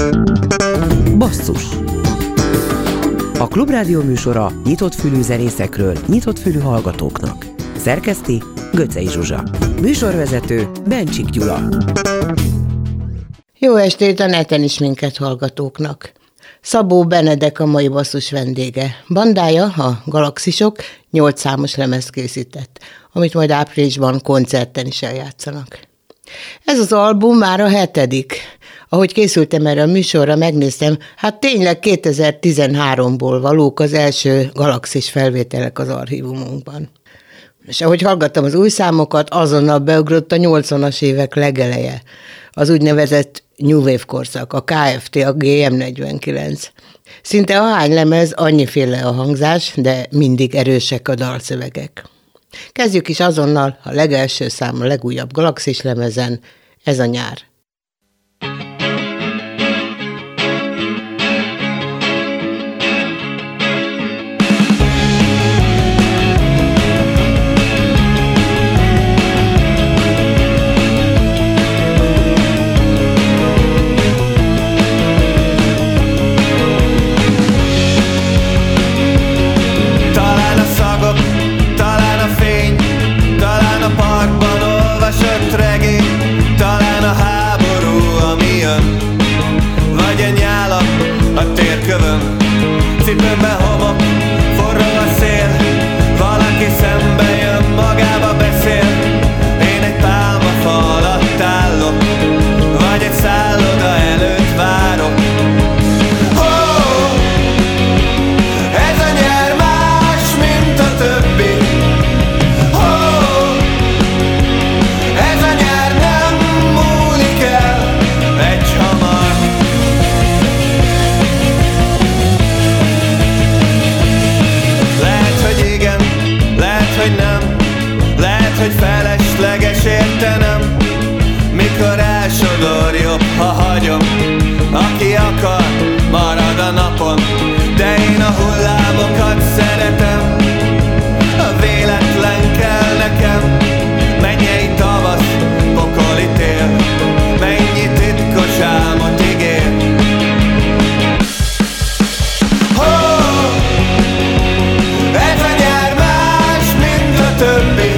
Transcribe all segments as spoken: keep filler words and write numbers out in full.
Basszus. A Klubrádió műsora nyitott fülű zenészekről, nyitott fülű hallgatóknak. Szerkeszti Göcsei Zsuzsa. Műsorvezető Bencsik Gyula. Jó estét a neten is minket hallgatóknak. Szabó Benedek a mai basszus vendége. Bandája, a Galaxisok, nyolc számos lemezt készített, amit majd áprilisban koncerten is eljátszanak. Ez az album már a hetedik. Ahogy készültem erre a műsorra, megnéztem, hát tényleg kétezer-tizenháromból valók az első Galaxis felvételek az archívumunkban. És ahogy hallgattam az új számokat, azonnal beugrott a nyolcvanas évek legeleje, az úgynevezett New Wave korszak, a ká ef té, a gé em negyvenkilenc. Szinte ahány lemez, annyiféle a hangzás, de mindig erősek a dalszövegek. Kezdjük is azonnal a legelső szám, a legújabb Galaxis lemezen, Ez a nyár. Cipőmbe homok, forró a szél, valaki szembe jön, magába beszél. Én egy pálmafa alatt állok, vagy egy szálloda előtt várok. Oh, ez a nyár más, mint a többi. Oh, ez a nyár nem múlik el egyhamar. Hogy nem, lehet, hogy felesleges értenem, mikor elsodor, jobb, ha hagyom. Aki akar, marad a napon, de én a hullámokat szeretem. A véletlen kell nekem, mennyei tavasz, pokoli tél, mennyi titkos álmot ígér. Többi.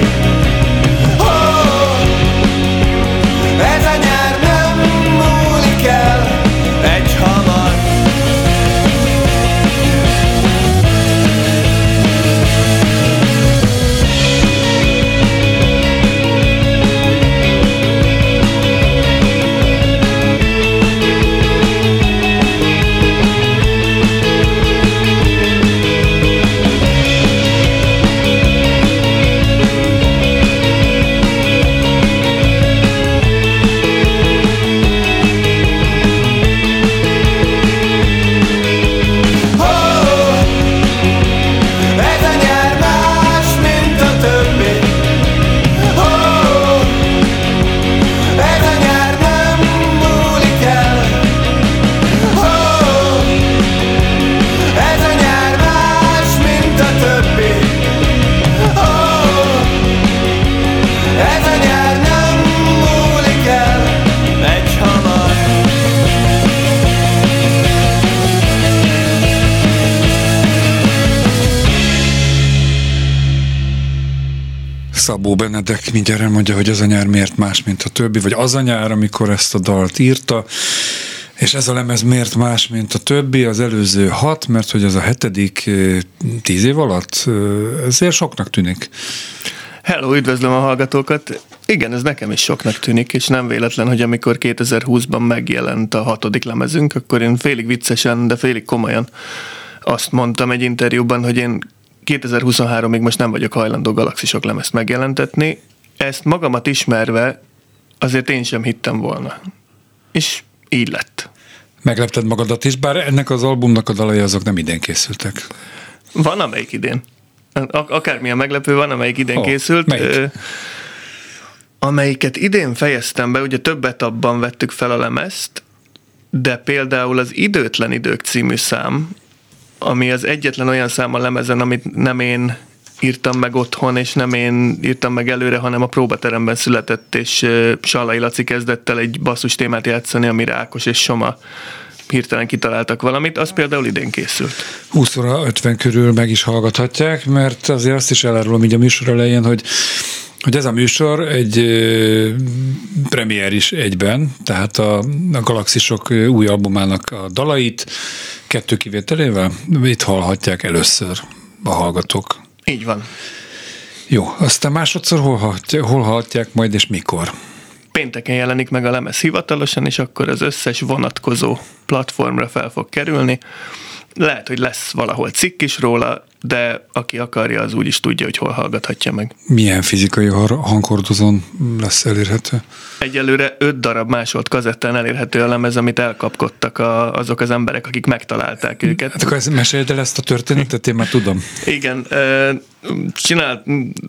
Oh, ez a nyár nem múlik el egyhamar. Szabó Benedek mindjárt elmondja, hogy ez a nyár miért más, mint a többi, vagy az a nyár, amikor ezt a dalt írta, és ez a lemez miért más, mint a többi, az előző hat, mert hogy ez a hetedik tíz év alatt, ezért soknak tűnik. Hello, üdvözlöm a hallgatókat! Igen, ez nekem is soknak tűnik, és nem véletlen, hogy amikor kétezer-húszban megjelent a hatodik lemezünk, akkor én félig viccesen, de félig komolyan azt mondtam egy interjúban, hogy én kétezer-huszonháromig most nem vagyok hajlandó Galaxisok lemezt megjelentetni. Ezt magamat ismerve azért én sem hittem volna. És így lett. Meglepted magadat is, bár ennek az albumnak a dalai azok nem idén készültek. Van, amelyik idén. Akármilyen meglepő, van, amelyik idén oh, készült. Melyik? Amelyiket idén fejeztem be, ugye több etapban vettük fel a lemezt, de például az Időtlen idők című szám, ami az egyetlen olyan szám a lemezen, amit nem én írtam meg otthon, és nem én írtam meg előre, hanem a próbateremben született, és Sallai Laci kezdett el egy basszus témát játszani, amire Ákos és Soma hirtelen kitaláltak valamit, az például idén készült. húsz óra ötven körül meg is hallgathatják, mert azért azt is elárulom így a műsor elején, hogy hogy ez a műsor egy ö, premier is egyben, tehát a, a Galaxisok új albumának a dalait kettő kivételével itt hallhatják először a hallgatók. Így van. Jó, aztán másodszor hol hallhatják, hol hallhatják majd és mikor? Pénteken jelenik meg a lemez hivatalosan, és akkor az összes vonatkozó platformra fel fog kerülni. Lehet, hogy lesz valahol cikk is róla, de aki akarja, az úgy is tudja, hogy hol hallgathatja meg. Milyen fizikai hangkordozón lesz elérhető? Egyelőre öt darab másolt kazettán elérhető a lemez, amit elkapkodtak a, azok az emberek, akik megtalálták őket. Hát akkor ezt meséld el ezt a történetet, én már tudom. Igen, csinált,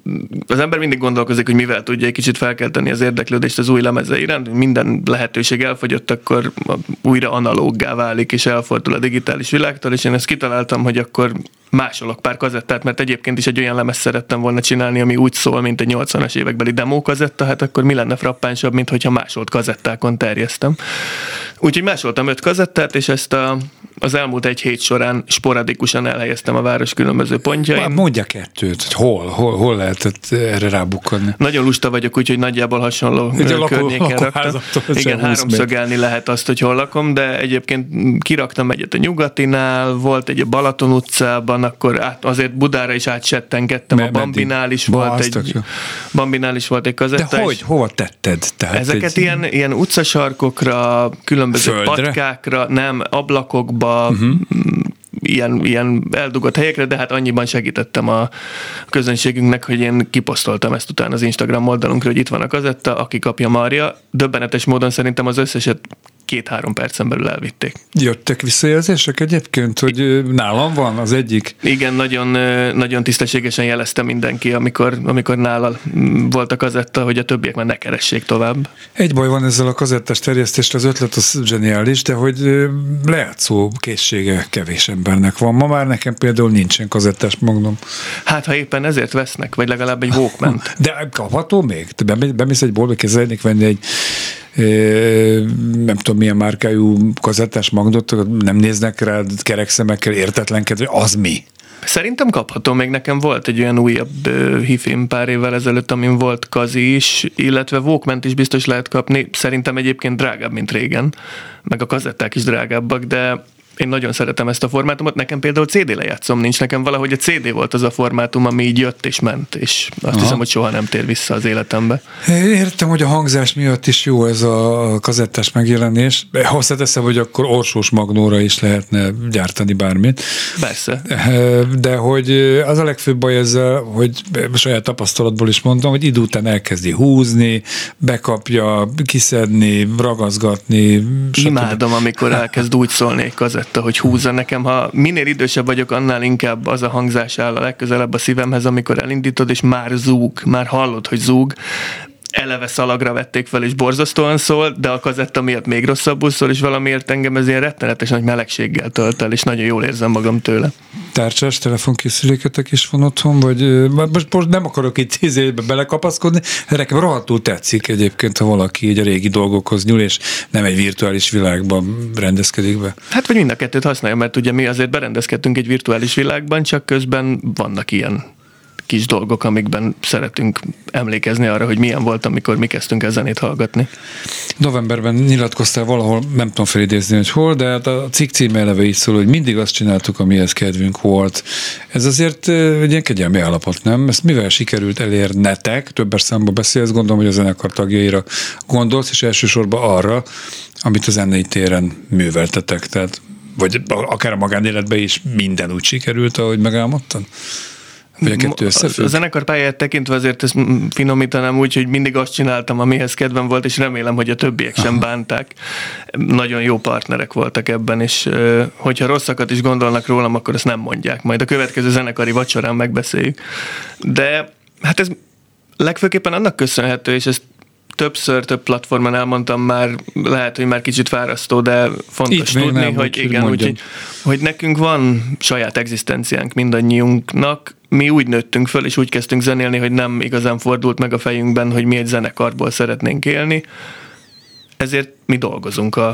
az ember mindig gondolkozik, hogy mivel tudja egy kicsit felkelteni az érdeklődést az új lemeze iránt, minden lehetőség elfogyott, akkor újra analóggá válik, és elfordul a digitális világtól, és én ezt kitaláltam, hogy akkor másolok pár kazettát, mert egyébként is egy olyan lemez szerettem volna csinálni, ami úgy szól, mint egy nyolcvanas évekbeli demo kazetta, hát akkor mi lenne frappánsabb, mint hogyha másolt kazettákon terjesztem. Úgyhogy másoltam öt kazettát, és ezt a, az elmúlt egy hét során sporadikusan elhelyeztem a város különböző pontjain. Mondja kettőt, hogy hol, hol, hol lehetett erre rábukkanni? Nagyon lusta vagyok, úgyhogy nagyjából hasonló lakó, környéken raktam. Igen, háromszögelni lehet azt, hogy hol lakom, de egyébként kiraktam egyet a Nyugatinál, volt egy a Balaton utcában, akkor át, azért Budára is átsettenkedtem, a Bambinál is, volt egy, Bambinál is volt egy kazetta. De hogy, hova tetted? Tehát ezeket egy... ilyen, ilyen utcasarkokra, különböző Földre? patkákra, nem, ablakokba, uh-huh. ilyen, ilyen eldugott helyekre, de hát annyiban segítettem a közönségünknek, hogy én kiposztoltam ezt utána az Instagram oldalunkra, hogy itt van a kazetta, aki kapja, marja. Döbbenetes módon szerintem az összeset két-három percen belül elvitték. Jöttek visszajelzések egyébként, hogy nálam van az egyik? Igen, nagyon, nagyon tisztességesen jelezte mindenki, amikor, amikor nála volt a kazetta, hogy a többiek már ne keressék tovább. Egy baj van ezzel a kazettás terjesztésre, az ötlet az zseniális, de hogy lejátszó készsége kevés embernek van. Ma már nekem például nincsen kazettás magnom. Hát, ha éppen ezért vesznek, vagy legalább egy Walkman-t. De kapható még? Te bemész egy boltba, kezdenék venni egy nem tudom milyen márkájú kazettás magnót, nem néznek rá kerek szemekkel, értetlenkedve, az mi? Szerintem kapható, még nekem volt egy olyan újabb uh, hifim pár évvel ezelőtt, amin volt kazi is, illetve Walkman-t is biztos lehet kapni, szerintem egyébként drágább, mint régen, meg a kazetták is drágábbak, de én nagyon szeretem ezt a formátumot, nekem például cé dé lejátszom nincs, nekem valahogy a cé dé volt az a formátum, ami így jött és ment, és azt Aha. hiszem, hogy soha nem tér vissza az életembe. Értem, hogy a hangzás miatt is jó ez a kazettás megjelenés. Hozzáteszem, hogy akkor orsós magnóra is lehetne gyártani bármit. Persze. De hogy az a legfőbb baj ezzel, hogy saját tapasztalatból is mondom, hogy idő után elkezdi húzni, bekapja, kiszedni, ragaszgatni. Imádom, amikor elkezd úgy szólni egy kazetta, hogy húzza nekem. Ha minél idősebb vagyok, annál inkább az a hangzás áll a legközelebb a szívemhez, amikor elindítod, és már zúg, már hallod, hogy zúg. Eleve szalagra vették fel, és borzasztóan szól, de a kazetta miatt még rosszabbul szól, és valamiért engem ez ilyen rettenetes nagy melegséggel tölt el, és nagyon jól érzem magam tőle. Tárcsás telefonkészüléketek is van otthon, vagy most, most nem akarok itt tíz évbe belekapaszkodni, de nekem rohadtul tetszik egyébként, ha valaki így a régi dolgokhoz nyúl, és nem egy virtuális világban rendezkedik be. Hát, vagy mind a kettőt használja, mert ugye mi azért berendezkedtünk egy virtuális világban, csak közben vannak ilyen kis dolgok, amikben szeretünk emlékezni arra, hogy milyen volt, amikor mi kezdtünk el zenét hallgatni. Novemberben nyilatkoztál valahol, nem tudom felidézni, hogy hol, de hát a cikk címe eleve is szól, hogy mindig azt csináltuk, amihez kedvünk volt. Ez azért egy ilyen kegyelmi állapot, nem? Ezt mivel sikerült elérnetek? Többes számban beszélsz, gondolom, hogy a zenekar tagjaira gondolsz, és elsősorban arra, amit a zenei téren műveltetek, tehát vagy akár a magánéletben is minden úgy sikerült, ahogy megálmodtad? Vagy a kettő összefügg? A zenekar pályáját tekintve azért ezt finomítanám úgy, hogy mindig azt csináltam, amihez kedvem volt, és remélem, hogy a többiek sem bánták. Nagyon jó partnerek voltak ebben, és hogyha rosszakat is gondolnak rólam, akkor ezt nem mondják. Majd a következő zenekari vacsorán megbeszéljük. De hát ez legfőképpen annak köszönhető, és ezt többször, több platformon elmondtam már, lehet, hogy már kicsit fárasztó, de fontos Itt tudni, nem, hogy igen, úgy, hogy, hogy nekünk van saját egzisztenciánk mindannyiunknak. Mi úgy nőttünk föl, és úgy kezdtünk zenélni, hogy nem igazán fordult meg a fejünkben, hogy mi egy zenekarból szeretnénk élni. Ezért mi dolgozunk a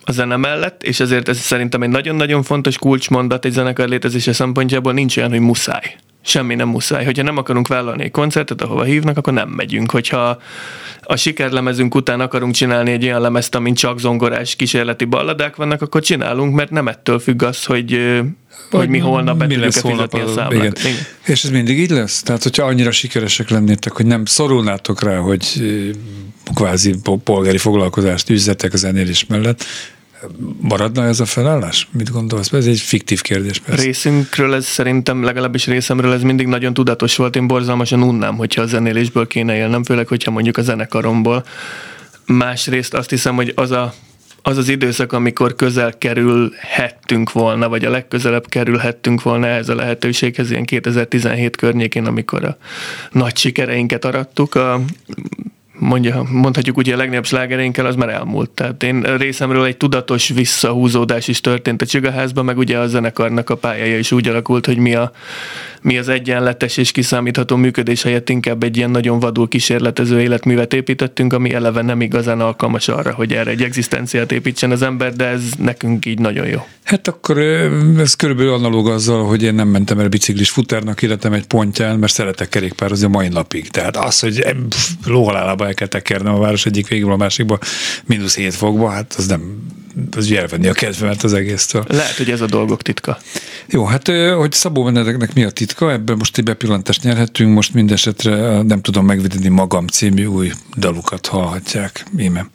a zene mellett, és ezért ez szerintem egy nagyon-nagyon fontos kulcsmondat egy zenekar létezése szempontjából, nincs olyan, hogy muszáj. Semmi nem muszáj. Hogyha nem akarunk vállalni egy koncertet, ahova hívnak, akkor nem megyünk. Hogyha a sikerlemezünk után akarunk csinálni egy olyan lemezt, amin csak zongorás kísérleti balladák vannak, akkor csinálunk, mert nem ettől függ az, hogy, hogy mi holnap be tudjuk fizetni a számlát. Igen. Igen. És ez mindig így lesz? Tehát, hogyha annyira sikeresek lennétek, hogy nem szorulnátok rá, hogy kvázi polgári foglalkozást üzzetek az zenélés mellett, maradna ez a felállás? Mit gondolsz? Ez egy fiktív kérdés. Persze. Részünkről ez szerintem, legalábbis részemről ez mindig nagyon tudatos volt. Én borzalmasan unnám, hogyha a zenélésből kéne élnem, főleg, hogyha mondjuk a zenekaromból. Másrészt azt hiszem, hogy az a az az időszak, amikor közel kerülhettünk volna, vagy a legközelebb kerülhettünk volna ehhez a lehetőséghez, ilyen kétezer-tizenhét környékén, amikor a nagy sikereinket arattuk, a mondja, mondhatjuk úgy, a legnagyobb slágereinkkel, az már elmúlt. Tehát én részemről egy tudatos visszahúzódás is történt a Csigaházban, meg ugye a zenekarnak a pályája is úgy alakult, hogy mi, a, mi az egyenletes és kiszámítható működés helyett inkább egy ilyen nagyon vadul kísérletező életművet építettünk, ami eleve nem igazán alkalmas arra, hogy erre egy egzisztenciát építsen az ember, de ez nekünk így nagyon jó. Hát akkor ez körülbelül analóg azzal, hogy én nem mentem el biciklis futárnak életem egy pontján, mert szeretek kerékpározni a mai napig. Tehát az, hogy lóhalálába el kell tekernem a város egyik végül a másikba, mínusz hét fokba, hát az nem, az elvenni a kedvemet az egésztől. Lehet, hogy ez a dolgok titka. Jó, hát hogy Szabó Benedeknek mi a titka, ebből most egy bepillantást nyerhetünk, most mindesetre Nem tudom megvédeni magam című új dalukat hallhatják. Íme.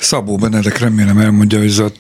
Szabó Benedek, remélem elmondja, hogy ez a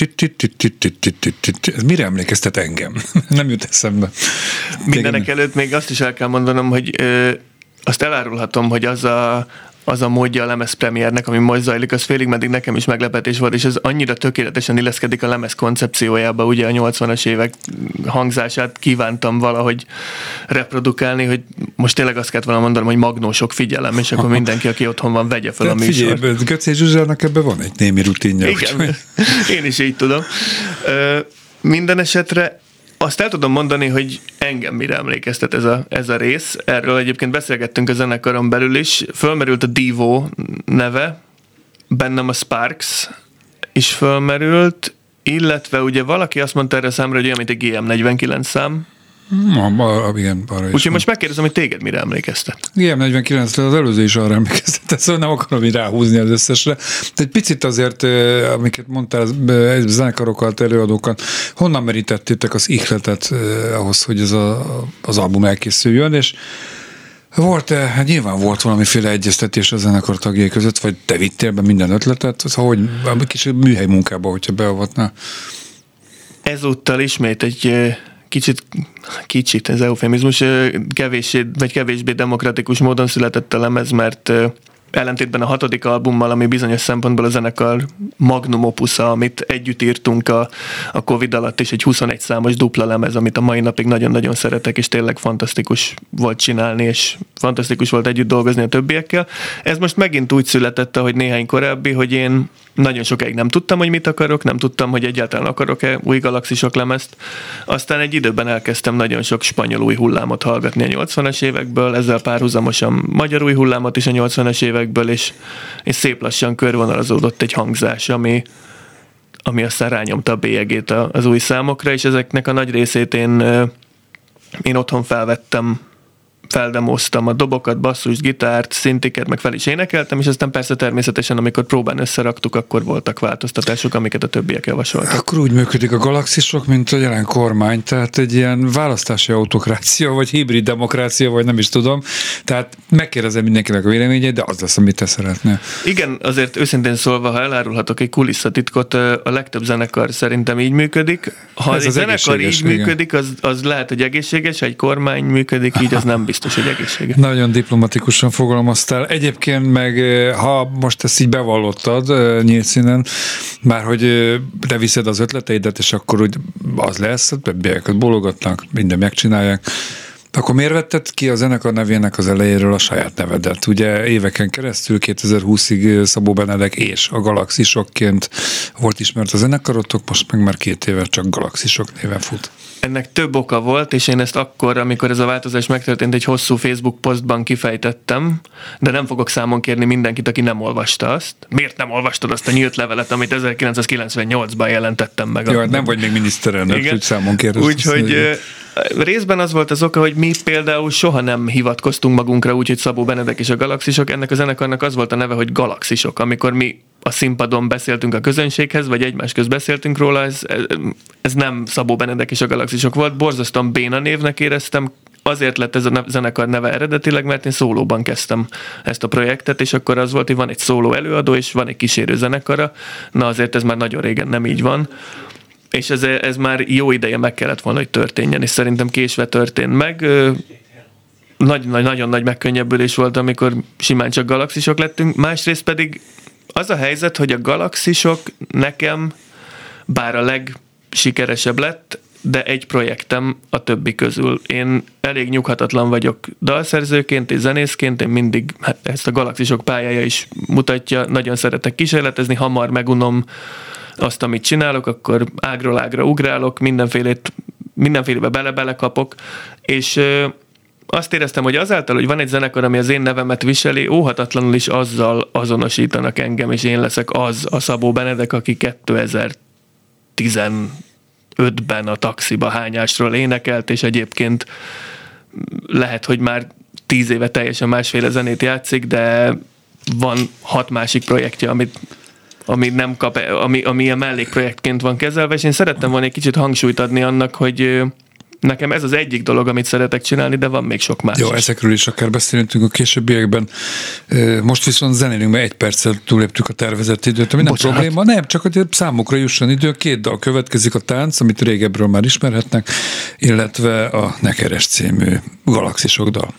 ez mire emlékeztet engem? Nem jut eszembe. Mindenek előtt még azt is el kell mondanom, hogy ö, azt elárulhatom, hogy az a az a módja a lemezpremiernek, ami most zajlik, az félig meddig nekem is meglepetés volt, és ez annyira tökéletesen illeszkedik a lemez koncepciójába, ugye a nyolcvanas évek hangzását kívántam valahogy reprodukálni, hogy most tényleg azt kellett volna mondanom, hogy magnósok figyelem, és akkor mindenki, aki otthon van, vegye fel tehát a műsort. Figyelj, Göcé Zsuzsának ebben van egy némi rutinja. Igen, úgy, én is így tudom. Ö, minden esetre azt el tudom mondani, hogy engem mire emlékeztet ez a, ez a rész. Erről egyébként beszélgettünk a zenekaron belül is. Fölmerült a Divo neve, bennem a Sparks is fölmerült, illetve ugye valaki azt mondta erre a számra, hogy olyan, mint egy gé em negyvenkilenc szám. Ma, igen, arra is. Úgyhogy most megkérdezem, hogy téged mire emlékeztet. gé em negyvenkilenc az előző is arra emlékeztet, szóval nem akarom így ráhúzni az összesre. De egy picit azért, amiket mondtál, zenekarokat, előadókat, honnan merítettétek az ihletet ahhoz, hogy ez a, az album elkészüljön, és volt, hát nyilván volt valamiféle egyeztetés a zenekar tagjai között, vagy te vittél be minden ötletet, szóval hogy kis műhely munkába, hogyha beavatnál. Ezúttal ismét egy kicsit, kicsit, ez eufemizmus, kevésbé, vagy kevésbé demokratikus módon született a lemez, mert ellentétben a hatodik albummal, ami bizonyos szempontból a zenekar magnum opusza, amit együtt írtunk a, a Covid alatt, és egy huszonegy számos dupla lemez, amit a mai napig nagyon-nagyon szeretek, és tényleg fantasztikus volt csinálni, és fantasztikus volt együtt dolgozni a többiekkel. Ez most megint úgy született, ahogy néhány korábbi, hogy én nagyon sokáig nem tudtam, hogy mit akarok, nem tudtam, hogy egyáltalán akarok-e új Galaxisok lemezt. Aztán egy időben elkezdtem nagyon sok spanyol új hullámot hallgatni a nyolcvanas évekből, ezzel párhuzamosan magyar új hullámot is a nyolcvanas évekből, és, és szép lassan körvonalazódott egy hangzás, ami, ami aztán rányomta a bélyegét az új számokra, és ezeknek a nagy részét én, én otthon felvettem, feldemoztam a dobokat, basszust, gitárt, szintiket, meg fel is énekeltem, és aztán persze természetesen, amikor próbán összeraktuk, akkor voltak változtatások, amiket a többiek javasoltak. Akkor úgy működik a Galaxisok, mint a jelen kormány, tehát egy ilyen választási autokrácia, vagy hibrid demokrácia, vagy nem is tudom. Tehát megkérdezem mindenkinek a véleményét, de az lesz, amit te szeretnél. Igen, azért őszintén szólva, ha elárulhatok egy kulisszatitkot, a legtöbb zenekar szerintem így működik. Ha ez egy zenekar így igen. működik, az, az lehet, hogy egészséges, ha egy kormány működik, így az nem biztos. Biztos, hogy egészséges. Nagyon diplomatikusan fogalmaztál. Egyébként meg, ha most ezt így bevallottad nyílt színen, már hogy te viszed az ötleteidet, és akkor úgy az lesz, többieket bólogatnak, minden megcsinálják. Akkor miért vetted ki a zenekar nevének az elejéről a saját nevedet? Ugye éveken keresztül, kétezer-húszig Szabó Benedek és a Galaxisokként volt ismert a zenekarotok, most meg már két éve csak Galaxisok néven fut. Ennek több oka volt, és én ezt akkor, amikor ez a változás megtörtént, egy hosszú Facebook posztban kifejtettem, de nem fogok számon kérni mindenkit, aki nem olvasta azt. Miért nem olvastad azt a nyílt levelet, amit ezerkilencszázkilencvennyolcban jelentettem meg? Jó, nem vagy még miniszterelnök, hogy számon kérni. Úgyhogy részben az volt az oka, hogy mi például soha nem hivatkoztunk magunkra úgy, hogy Szabó Benedek és a Galaxisok. Ennek a zenekarnak az volt a neve, hogy Galaxisok. Amikor mi a színpadon beszéltünk a közönséghez, vagy egymás közt beszéltünk róla, ez, ez nem Szabó Benedek és a Galaxisok volt. Borzasztóan béna névnek éreztem, azért lett ez a zenekar neve eredetileg, mert én szólóban kezdtem ezt a projektet, és akkor az volt, hogy van egy szóló előadó, és van egy kísérő zenekara. Na azért ez már nagyon régen nem így van. És ez, ez már jó ideje meg kellett volna, hogy történjen, és szerintem késve történt meg. Nagyon-nagyon nagy megkönnyebbülés volt, amikor simán csak Galaxisok lettünk. Másrészt pedig az a helyzet, hogy a Galaxisok nekem bár a legsikeresebb lett, de egy projektem a többi közül. Én elég nyughatatlan vagyok dalszerzőként és zenészként, én mindig, hát ezt a Galaxisok pályája is mutatja, nagyon szeretek kísérletezni, hamar megunom azt, amit csinálok, akkor ágról ágra ugrálok, mindenfélét, mindenfélébe bele-bele kapok, és ö, azt éreztem, hogy azáltal, hogy van egy zenekar, ami az én nevemet viseli, óhatatlanul is azzal azonosítanak engem, és én leszek az a Szabó Benedek, aki kétezer-tizenötben a taxiba hányásról énekelt, és egyébként lehet, hogy már tíz éve teljesen másféle zenét játszik, de van hat másik projektje, amit ami nem kap, ami, ami ilyen mellékprojektként van kezelve, és én szerettem volna egy kicsit hangsúlyt adni annak, hogy Nekem ez az egyik dolog, amit szeretek csinálni, de van még sok más Jó, is. ezekről is akár beszélünk a későbbiekben. Most viszont zenélünk, mert egy perccel túléptük a tervezett időt, ami nem Bocsánat. probléma, nem, csak hogy számukra jusson idő. Két dal következik, a Tánc, amit régebről már ismerhetnek, illetve a Nekeres című Galaxisok dal.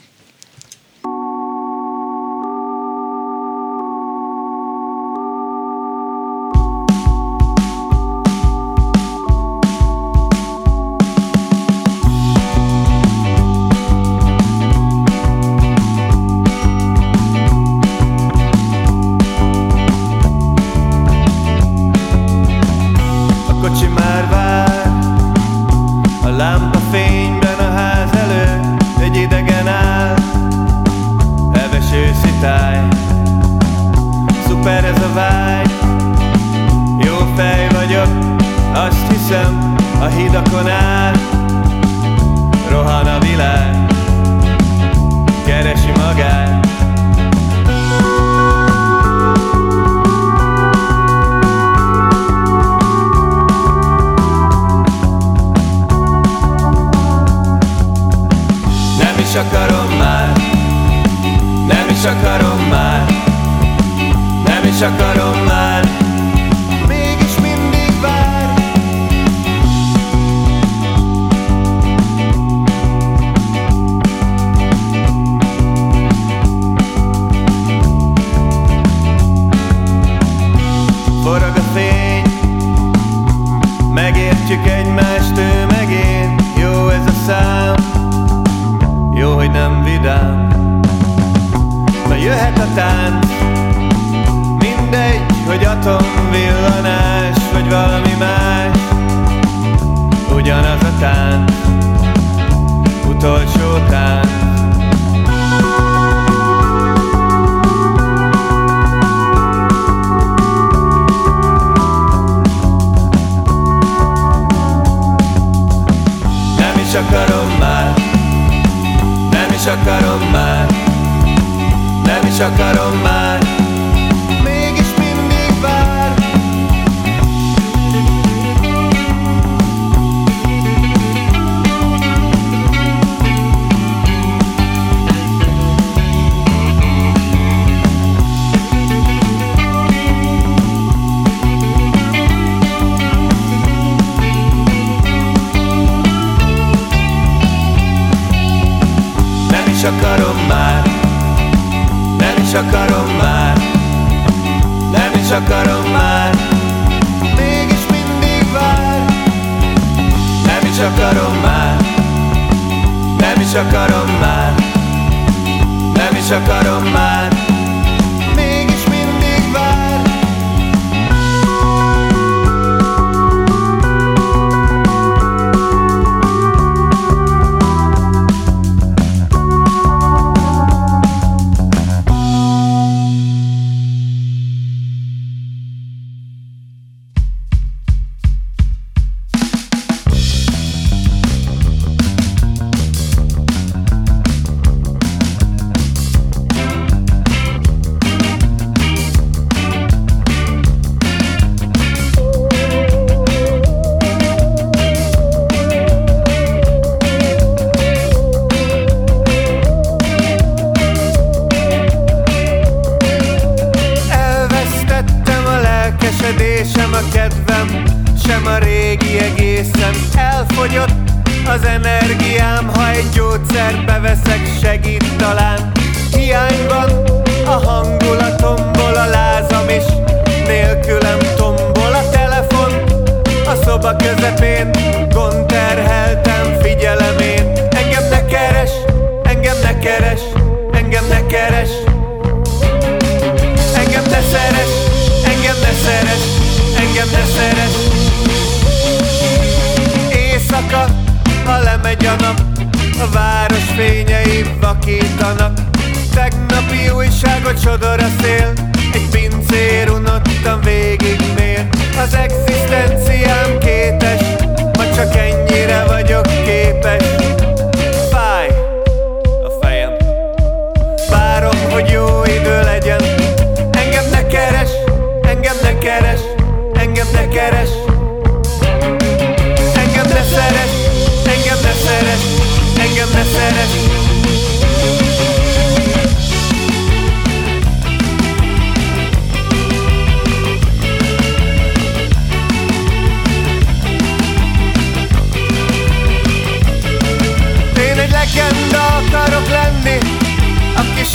Engem ne keres, engem ne szeres, engem ne szeres.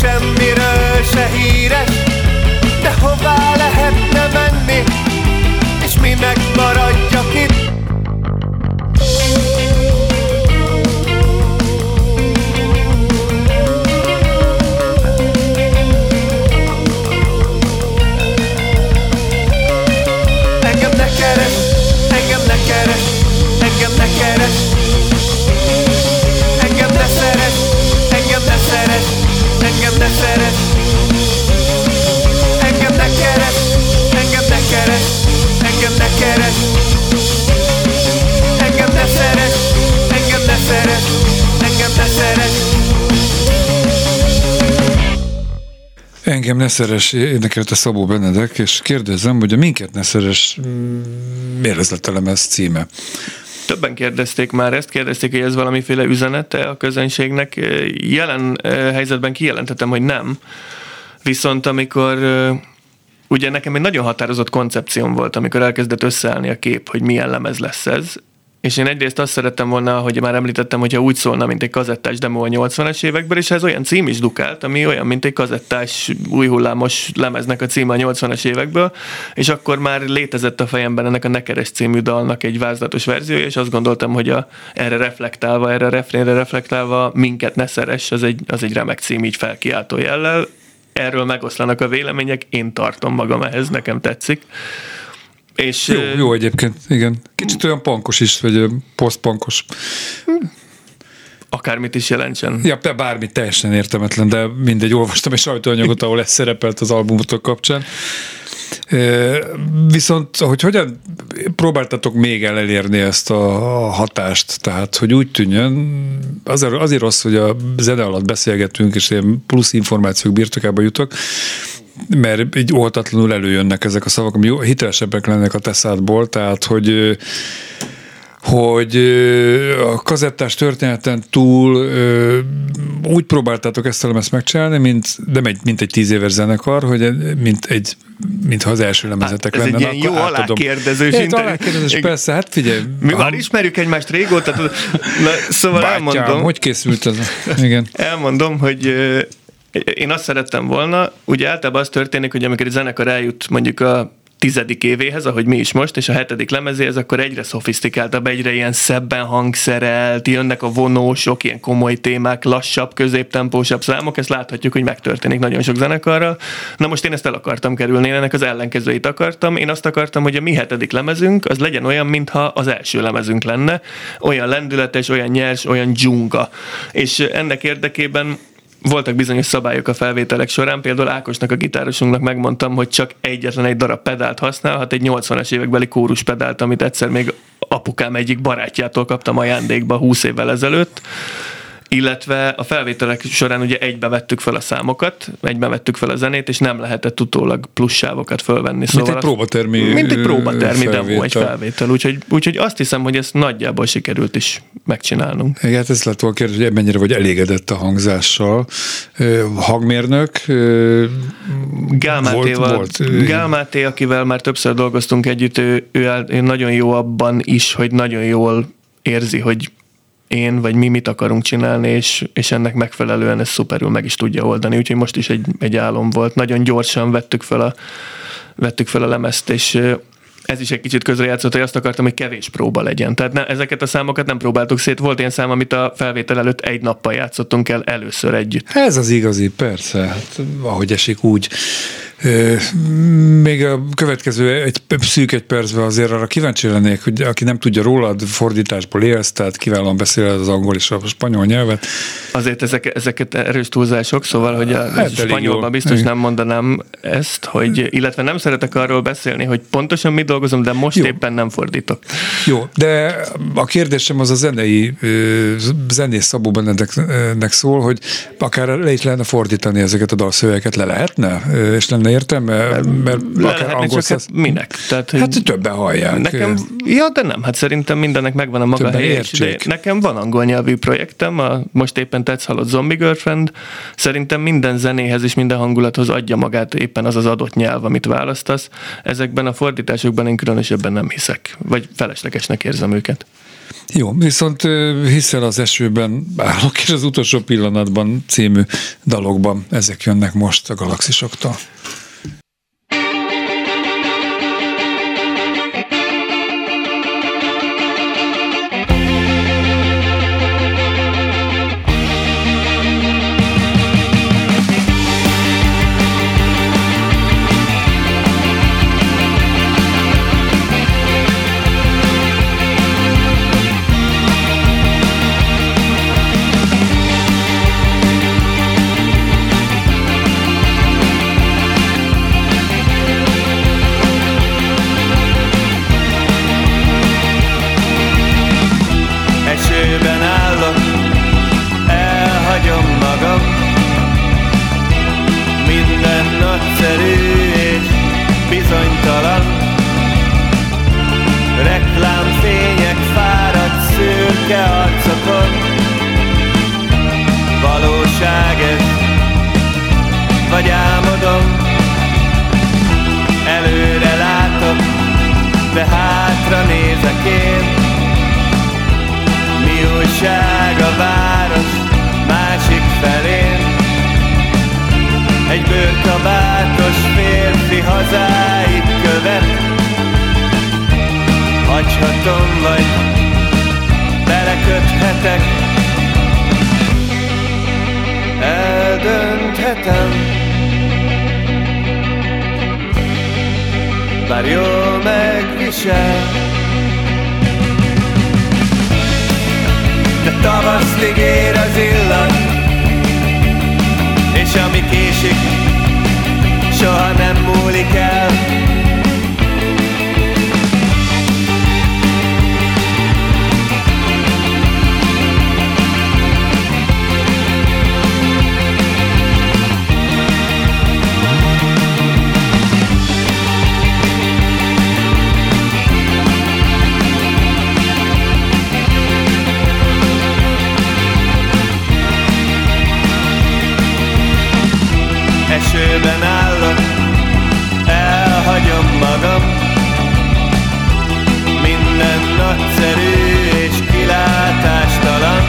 semmiről se híres, de hová lehetne menni, és minek maradjak itt? Engem ne keres, engem ne keres, engem ne keres, engem ne szeres, engem ne szeres, engem ne szeres, engem ne keres, engem ne keres, engem ne keres, engem ne szeres, engem ne szeres, engem ne szeres. Engem ne szeres, érdekelte Szabó Benedek, és kérdezem, hogy a Minket ne szeres, miért ez lett a lemez címe? Többen kérdezték már ezt, kérdezték, hogy ez valamiféle üzenete a közönségnek. Jelen helyzetben kijelentettem, hogy nem. Viszont amikor ugye nekem egy nagyon határozott koncepcióm volt, amikor elkezdett összeállni a kép, hogy milyen lemez lesz ez, és én egyrészt azt szerettem volna, hogy már említettem, hogyha úgy szólna, mint egy kazettás demo a nyolcvanas években, és ez olyan cím is dukált, ami olyan, mint egy kazettás, új hullámos lemeznek a címe a nyolcvanas évekből, és akkor már létezett a fejemben ennek a Nekeres című dalnak egy vázlatos verziója, és azt gondoltam, hogy a, erre reflektálva, erre a refrénre reflektálva Minket ne szeress, az egy, az egy remek cím így felkiáltó jellel. Erről megoszlanak a vélemények, én tartom magam ehhez, nekem tetszik. És jó, jó egyébként, igen. Kicsit olyan pankos is, vagy posztpankos. Akármit is jelentsen. Ja, bármi teljesen értelmetlen, de mindegy, olvastam egy sajtóanyagot, ahol ez szerepelt az albumotok kapcsán. Viszont, hogy hogyan próbáltatok még elérni ezt a hatást, tehát, hogy úgy tűnjön, azért, azért rossz, hogy a zene alatt beszélgetünk, és ilyen plusz információk birtokába jutok, mert így oltatlanul előjönnek ezek a szavak, ami hitelesebbek lennek a teszádból, tehát, hogy hogy a kazettás történeten túl úgy próbáltátok ezt a lemezt megcsinálni, mint, nem egy, mint egy tíz éves zenekar, hogy mint egy, mintha az első lemezetek hát, lenne. Ez egy ilyen jó alákérdezős interjú. Alákérdezős, persze, hát figyelj. Mi ha... már ismerjük egymást régóta, na, szóval Bátyám, elmondom. hogy készült ez? Igen. Elmondom, hogy én azt szerettem volna, ugye általában az történik, hogy amikor egy zenekar eljut mondjuk a tizedik évéhez, ahogy mi is most, és a hetedik lemezéhez, akkor egyre szofisztikáltabb, egyre ilyen szebben hangszerelt, jönnek a vonósok, ilyen komoly témák, lassabb, középtempósabb számok, ezt láthatjuk, hogy megtörténik nagyon sok zenekarral. Na most én ezt el akartam kerülni, én ennek az ellenkezőit akartam. Én azt akartam, hogy a mi hetedik lemezünk az legyen olyan, mintha az első lemezünk lenne, olyan lendületes, olyan nyers, olyan dzsunga. És ennek érdekében voltak bizonyos szabályok a felvételek során, például Ákosnak, a gitárosunknak megmondtam, hogy csak egyetlen egy darab pedált használhat, egy nyolcvanas évekbeli kórus pedált, amit egyszer még apukám egyik barátjától kaptam ajándékba húsz évvel ezelőtt, illetve a felvételek során ugye egybe vettük fel a számokat, egybe vettük fel a zenét, és nem lehetett utólag plusz sávokat fölvenni. Mint szóval egy próbatermi Mint egy próbatermi felvétel. demo, egy felvétel. Úgyhogy, úgyhogy azt hiszem, hogy ezt nagyjából sikerült is megcsinálnunk. Igen, hát ez lett volna kérdés, hogy mennyire vagy elégedett a hangzással. Hangmérnök Gál Mátéval, volt, volt. Gál Máté, akivel már többször dolgoztunk együtt, ő, ő, ő nagyon jó abban is, hogy nagyon jól érzi, hogy én vagy mi mit akarunk csinálni, és, és ennek megfelelően ez szuperül meg is tudja oldani. Úgyhogy most is egy, egy álom volt. Nagyon gyorsan vettük fel a, vettük fel a lemezt, és ez is egy kicsit közrejátszott, hogy azt akartam, hogy kevés próba legyen. Tehát ne, ezeket a számokat nem próbáltuk szét. Volt ilyen szám, amit a felvétel előtt egy nappal játszottunk el először együtt. Ez az igazi, persze. Hát, ahogy esik úgy. Még a következő egy szűk egy percben azért arra kíváncsi lennék, hogy aki nem tudja rólad, fordításból élsz, tehát kiválóan beszéled az angol és a spanyol nyelvet. Azért ezek, ezeket erős túlzások, szóval, hogy a hát spanyolban biztos nem mondanám ezt, hogy, illetve nem szeretek arról beszélni, hogy pontosan mit dolgozom, de most jó. Éppen nem fordítok. Jó, de a kérdésem az a zenei, zenész Szabó Benedeknek szól, hogy akár le is lehetne fordítani ezeket a dalszövegeket, le lehetne, és lenne értelme, mert, mert akár angol hát minek? Tehát, hát többen hallják. Nekem, ja, de nem, hát szerintem mindennek megvan a maga helye. Nekem van angol nyelvű projektem, a most éppen tetsz halott Zombie Girlfriend. Szerintem minden zenéhez és minden hangulathoz adja magát éppen az az adott nyelv, amit választasz. Ezekben a fordításokban én különösebben nem hiszek, vagy feleslegesnek érzem őket. Jó, viszont Hiszel az esőben állok, és az utolsó pillanatban című dalokban ezek jönnek most a Galaxisoktól. Bár jól megvisel, de tavasztig ér az illat, és ami késik, soha nem múlik el. Esőben állok, elhagyom magam, minden nagyszerű és kilátástalan.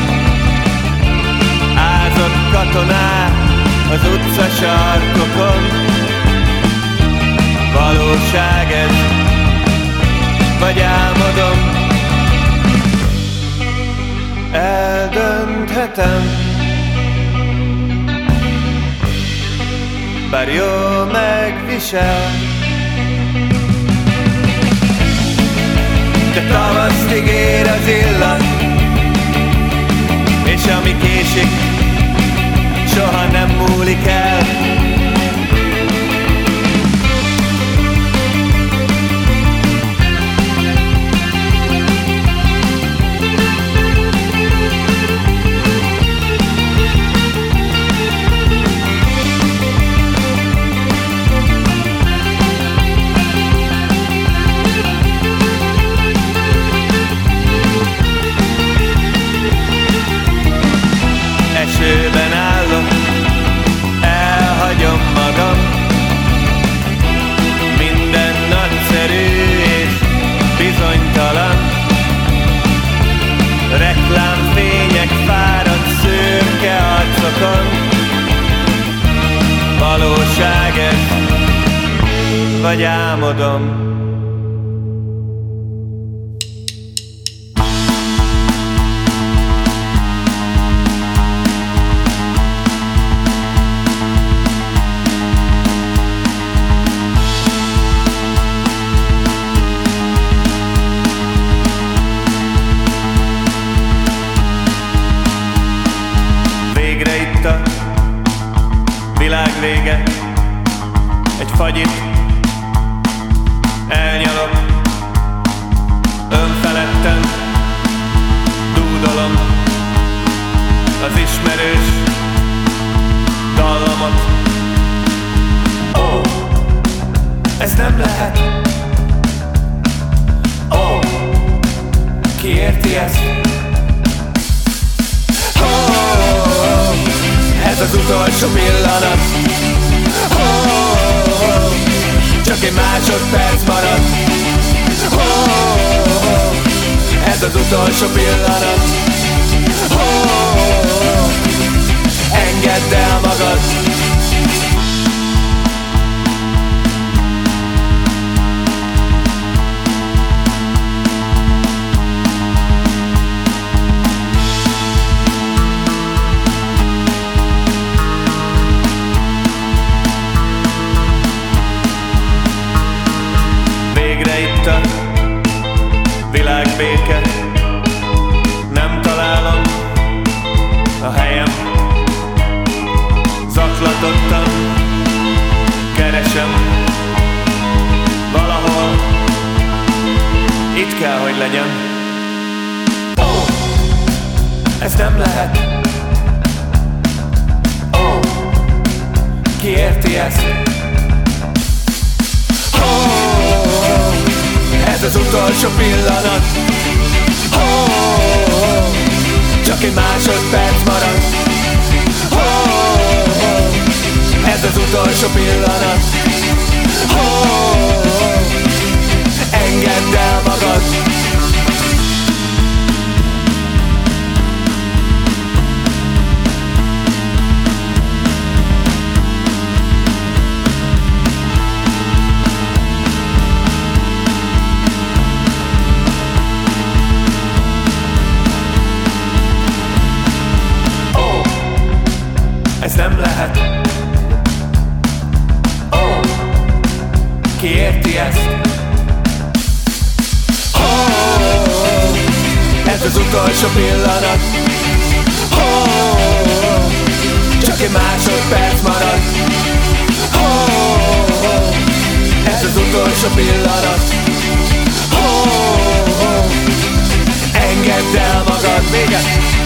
Ázott katonák az utca sarkokon, valóság ez, vagy álmodom, eldönthetem. Bár jól megvisel, de tavasztig ér az illat, és ami késik, soha nem múlik el. Esőben állok, elhagyom magam, minden nagyszerű és bizonytalan. Reklámfények fáradt szürke arcokon, valóság ez, vagy álmodom. Világ vége, egy fagyit elnyalok, önfeledten dúdolom az ismerős dallamot. Ó, ez nem lehet. Ó, ki érti ezt? Ez az utolsó pillanat. Oh, oh, oh, csak egy másodperc marad. Oh, oh, oh, ez az utolsó pillanat. Oh, oh, oh. Engedd el magad. Végre itt a világbéke, nem találom a helyem, zaklatottan keresem valahol, itt kell, hogy legyen. Oh, ez nem lehet. Oh, ki érti ezt? Oh, ez az utolsó pillanat. Oh, csak egy másodperc marad. Oh, ez az utolsó pillanat. Oh, engedd el magad. Ez nem lehet. Oh, ki érti ezt? Oh, ez az utolsó pillanat. Oh, csak egy másodperc marad. Oh, ez az utolsó pillanat. Oh, engedd el magad. Még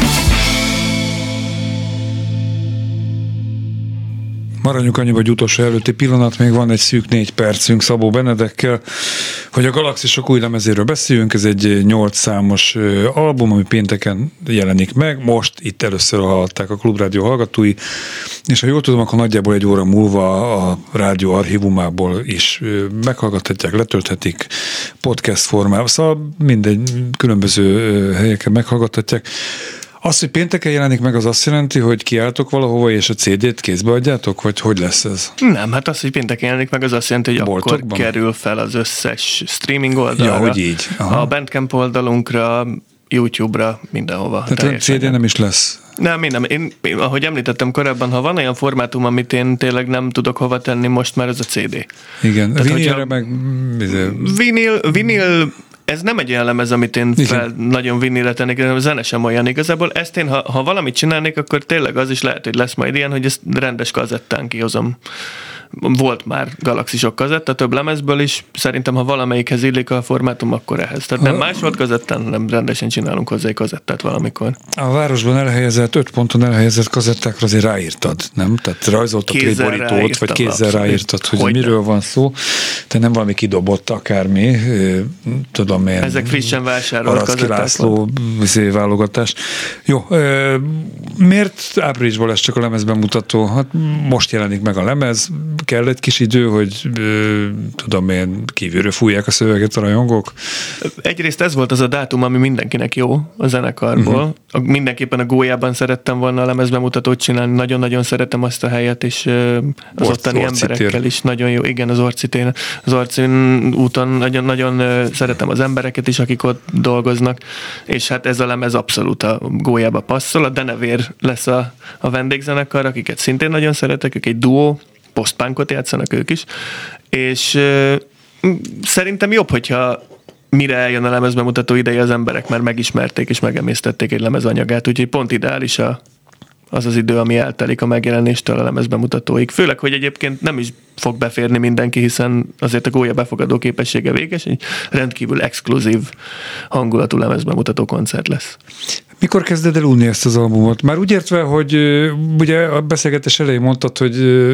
Maradjunk annyiba, hogy utolsó előtti pillanat, még van egy szűk négy percünk Szabó Benedekkel, hogy a Galaxisok új lemezéről beszéljünk. Ez egy nyolc számos album, ami pénteken jelenik meg. Most itt először hallották a Klubrádió hallgatói, és ha jól tudom, akkor nagyjából egy óra múlva a rádió archívumából is meghallgathatják, letölthetik podcast formában, szóval mindegy, különböző helyeken meghallgathatják. Az, hogy pénteken jelenik meg, az azt jelenti, hogy kiálltok valahova, és a cé dét kézbe adjátok, vagy hogy lesz ez? Nem, hát az, hogy pénteken jelenik meg, az azt jelenti, hogy Boltokban? Akkor kerül fel az összes streaming oldalra. Ja, hogy így. Aha. A Bandcamp oldalunkra, YouTube-ra, mindenhova. Tehát a cé dé nem is lesz? Nem, én nem. Én, én, ahogy említettem korábban, ha van olyan formátum, amit én tényleg nem tudok hova tenni, most már az a cé dé. Igen, tehát, vinilre meg... Vinil, vinil ez nem egy olyan lemez, amit én fel nagyon vinilre tennék, de a zene sem olyan igazából. Ezt én, ha, ha valamit csinálnék, akkor tényleg az is lehet, hogy lesz majd ilyen, hogy ezt rendes kazettán kihozom. Volt már Galaxisok kazetta, több lemezből is. Szerintem, ha valamelyikhez illik a formátum, akkor ehhez. Tehát nem más volt kazettán, nem rendesen csinálunk hozzá egy kazettát valamikor. A városban elhelyezett, öt ponton elhelyezett kazettákra azért ráírtad, nem? Tehát rajzoltak egy borítót, vagy kézzel ráírtad, hogy, hogy miről van szó. Te nem valami kidobott akármi, tudom én. Ezek frissen vásárolt kazetták. László válogatás. Jó, miért áprilisban lesz csak a lemezben mutató? Hát most jelenik meg a lemez, kell egy kis idő, hogy ö, tudom én, kívülről fújják a szöveget a rajongók? Egyrészt ez volt az a dátum, ami mindenkinek jó a zenekarból. Uh-huh. Mindenképpen a gólyában szerettem volna a lemezbemutatót csinálni, nagyon-nagyon szeretem azt a helyet, és ö, az Orc, ottani emberekkel is nagyon jó. Igen, az Orcitén, az Orcin úton nagyon-nagyon ö, szeretem az embereket is, akik ott dolgoznak, és hát ez a lemez abszolút a gólyába passzol. A Denevér lesz a, a vendégzenekar, akiket szintén nagyon szeretek, ők egy duó, post-punkot játszanak ők is, és euh, szerintem jobb, hogyha mire eljön a lemezbemutató ideje, az emberek már megismerték és megemésztették egy lemezanyagát, úgyhogy pont ideális a, az az idő, ami eltelik a megjelenéstől a lemezbemutatóig. Főleg, hogy egyébként nem is fog beférni mindenki, hiszen azért a gólya befogadó képessége véges, egy rendkívül exkluzív hangulatú lemezbemutató koncert lesz. Mikor kezded el unni ezt az albumot? Már úgy értve, hogy ugye a beszélgetés elején mondtad, hogy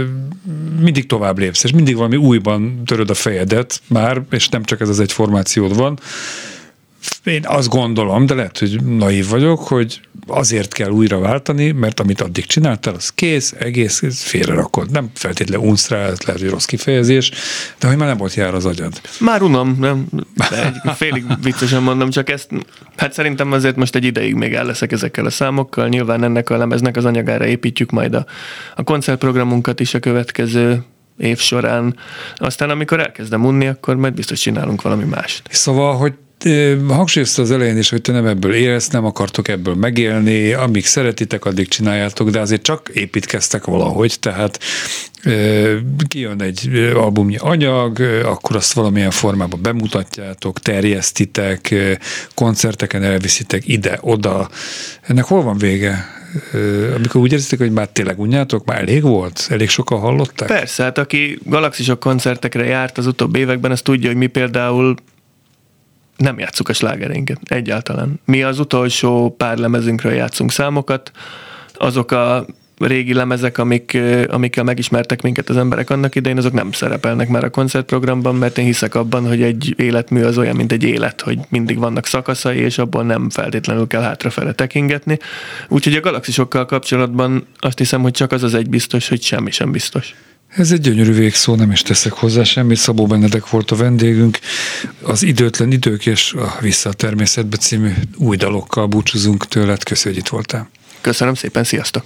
mindig tovább lépsz, és mindig valami újban töröd a fejedet már, és nem csak ez az egy formációd van. én azt gondolom, de lehet, hogy naív vagyok, hogy azért kell újra váltani, mert amit addig csináltál, az kész, egész félre rakod. Nem feltétlenül unsz rá, ez lehet, hogy rossz kifejezés, de hogy már nem ott jár az agyad. Már unom, nem? Félig viccesen mondom, csak ezt, hát szerintem azért most egy ideig még el leszek ezekkel a számokkal. Nyilván ennek a lemeznek az anyagára építjük majd a, a koncertprogramunkat is a következő év során. Aztán amikor elkezdem unni, akkor majd biztos csinálunk valami mást. Szóval, hogy hangsúlyozta az elején is, hogy te nem ebből élsz, nem akartok ebből megélni, amíg szeretitek, addig csináljátok, de azért csak építkeztek valahogy, tehát kijön egy albumnyi anyag, akkor azt valamilyen formában bemutatjátok, terjesztitek, koncerteken elviszitek ide-oda. Ennek hol van vége? Amikor úgy érzitek, hogy már tényleg unjátok, már elég volt? Elég sokan hallották? Persze, hát aki Galaxisok koncertekre járt az utóbbi években, az tudja, hogy mi például nem játsszuk a slágereinket egyáltalán. Mi az utolsó pár lemezünkről játszunk számokat, azok a régi lemezek, amik, amikkel megismertek minket az emberek annak idején, azok nem szerepelnek már a koncertprogramban, mert én hiszek abban, hogy egy életmű az olyan, mint egy élet, hogy mindig vannak szakaszai, és abból nem feltétlenül kell hátrafele tekingetni. Úgyhogy a Galaxisokkal kapcsolatban azt hiszem, hogy csak az az egy biztos, hogy semmi sem biztos. Ez egy gyönyörű végszó, nem is teszek hozzá semmit. Szabó Benedek volt a vendégünk. Az Időtlen idők és a Vissza a természetbe című új dalokkal búcsúzunk tőled. Köszönjük, hogy itt voltál. Köszönöm szépen, sziasztok!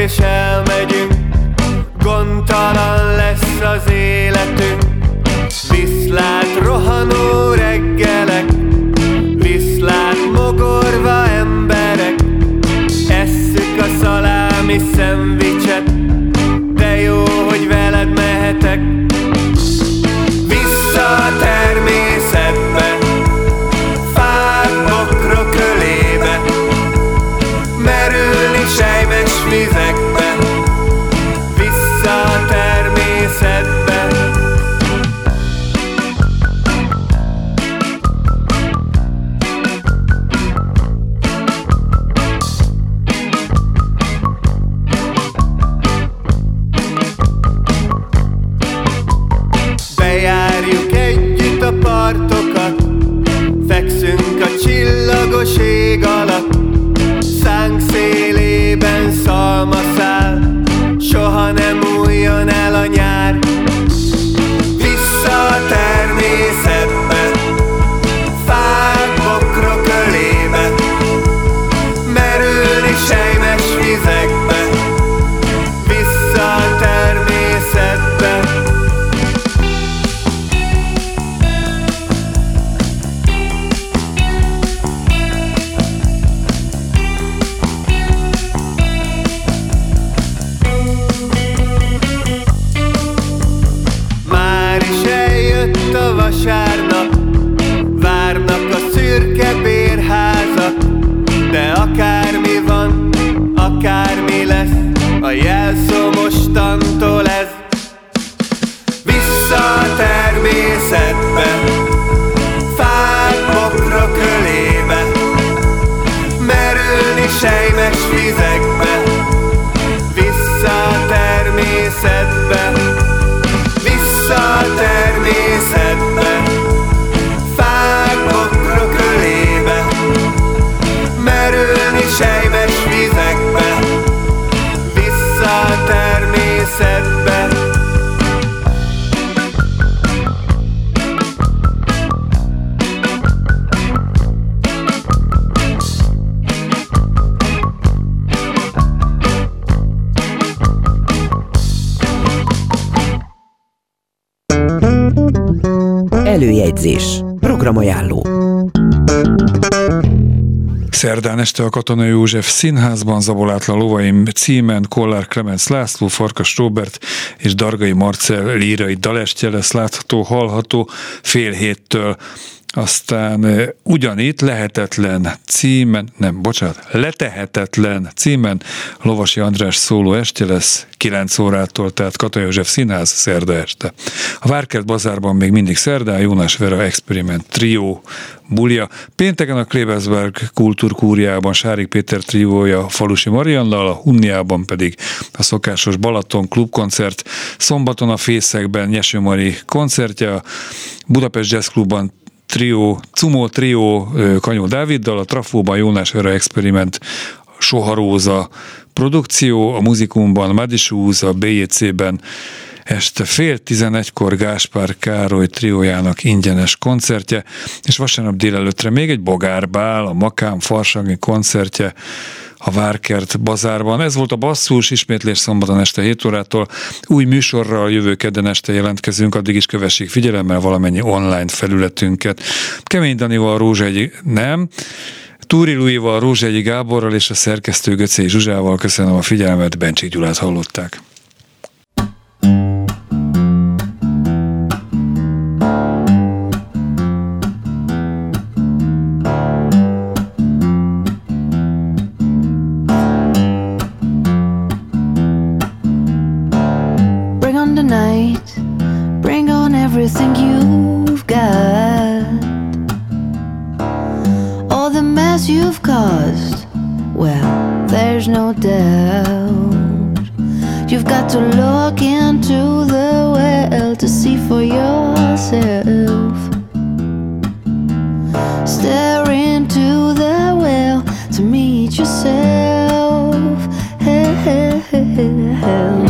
és elmegyünk, gondtalan lesz az életünk. Viszlát rohanó reggelek, viszlát mogorva emberek. Esszük a szalámi szendvicset, de jó, hogy veled mehetek. Vissza a természetbe, fák, bokrok kölébe, merülni sejmes vizekbe. Vissza a természetbe. Bejárjuk együtt a partokat, fekszünk a csillagos ég alatt. Szánk szélében szalmaszál, soha nem múljon el a nyár. Vissza a természetbe, fák, bokrok kölébe, merülni sejmes vizekbe. Vissza a természetbe. Vasárnap várnak a szürke bérházak, de akármi van, akármi lesz, a jelszó mostantól ez. Vissza a természetbe, fák, bokrok kölébe, merülni sejmes vizekbe. Vissza a természetbe. Vissza a természetbe, fák, bokrok kölébe, merülni sejmes vizekbe. Vissza a természetbe. Előjegyzés. Programajánló. Szerdán este a Katona József Színházban Zabolátlan lovaim címen Kollár Klemenc László, Farkas Róbert és Dargai Marcell lírai dalestje lesz látható, hallható fél héttől. Aztán ugyanitt lehetetlen címen, nem, bocsánat, letehetetlen címen Lovasi András szóló estje lesz kilenc órától, tehát Katona József Színház szerda este. A Várkert Bazárban még mindig szerdán Jónás Vera Experiment Trio bulja. Pénteken a Klebersberg Kultúrkúriában Sárik Péter triója Falusi Mariannal, a Hunniában pedig a szokásos Balaton klubkoncert. Szombaton a Fészekben Nyeső Mari koncertje, a Budapest Jazz Klubban Trio, Cumó Trio Kanyó Dáviddal, a Trafóban Jónás Vera Experiment Soharóza produkció, a Muzikumban Madisúz, a bé jé cé-ben este fél tizenegykor Gáspár Károly triójának ingyenes koncertje, és vasárnap délelőttre még egy Bogárbál, a Makám Farsangi koncertje a Várkert Bazárban. Ez volt a Basszus, ismétlés szombaton este hét órától. Új műsorral jövő kedden este jelentkezünk, addig is kövessék figyelemmel valamennyi online felületünket. Kemény Danival, Rózsahegyi, nem, Túri Luival, Rózsahegyi Gáborral és a szerkesztő Göczei Zsuzsával köszönöm a figyelmet, Bencsik Gyulát hallották. Everything you've got, all the mess you've caused, well, there's no doubt. You've got to look into the well to see for yourself. Stare into the well to meet yourself. Hey, hey, hey, hey.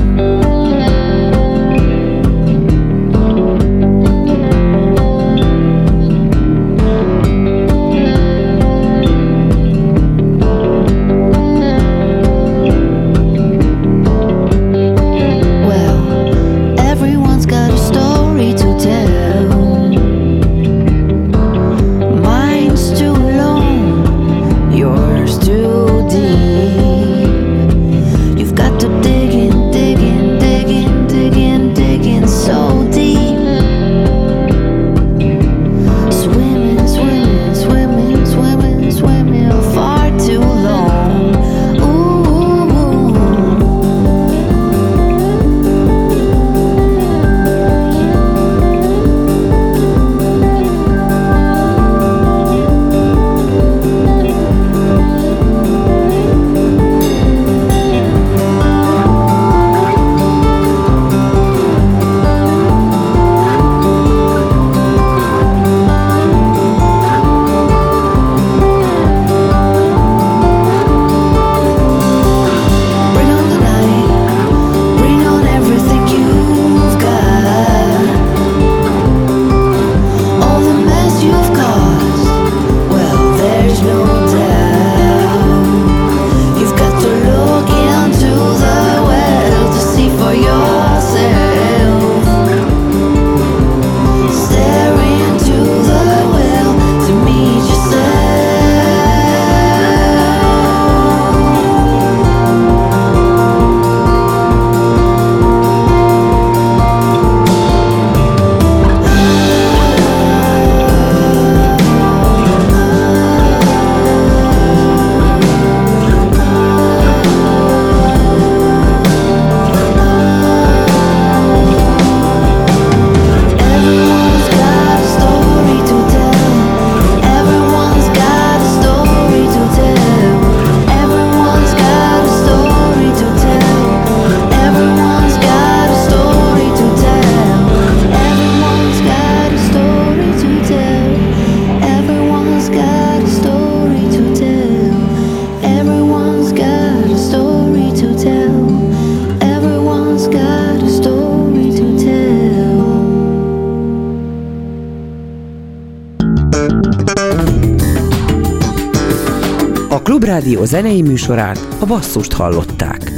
Klubrádió zenei műsorát, a Basszust hallották.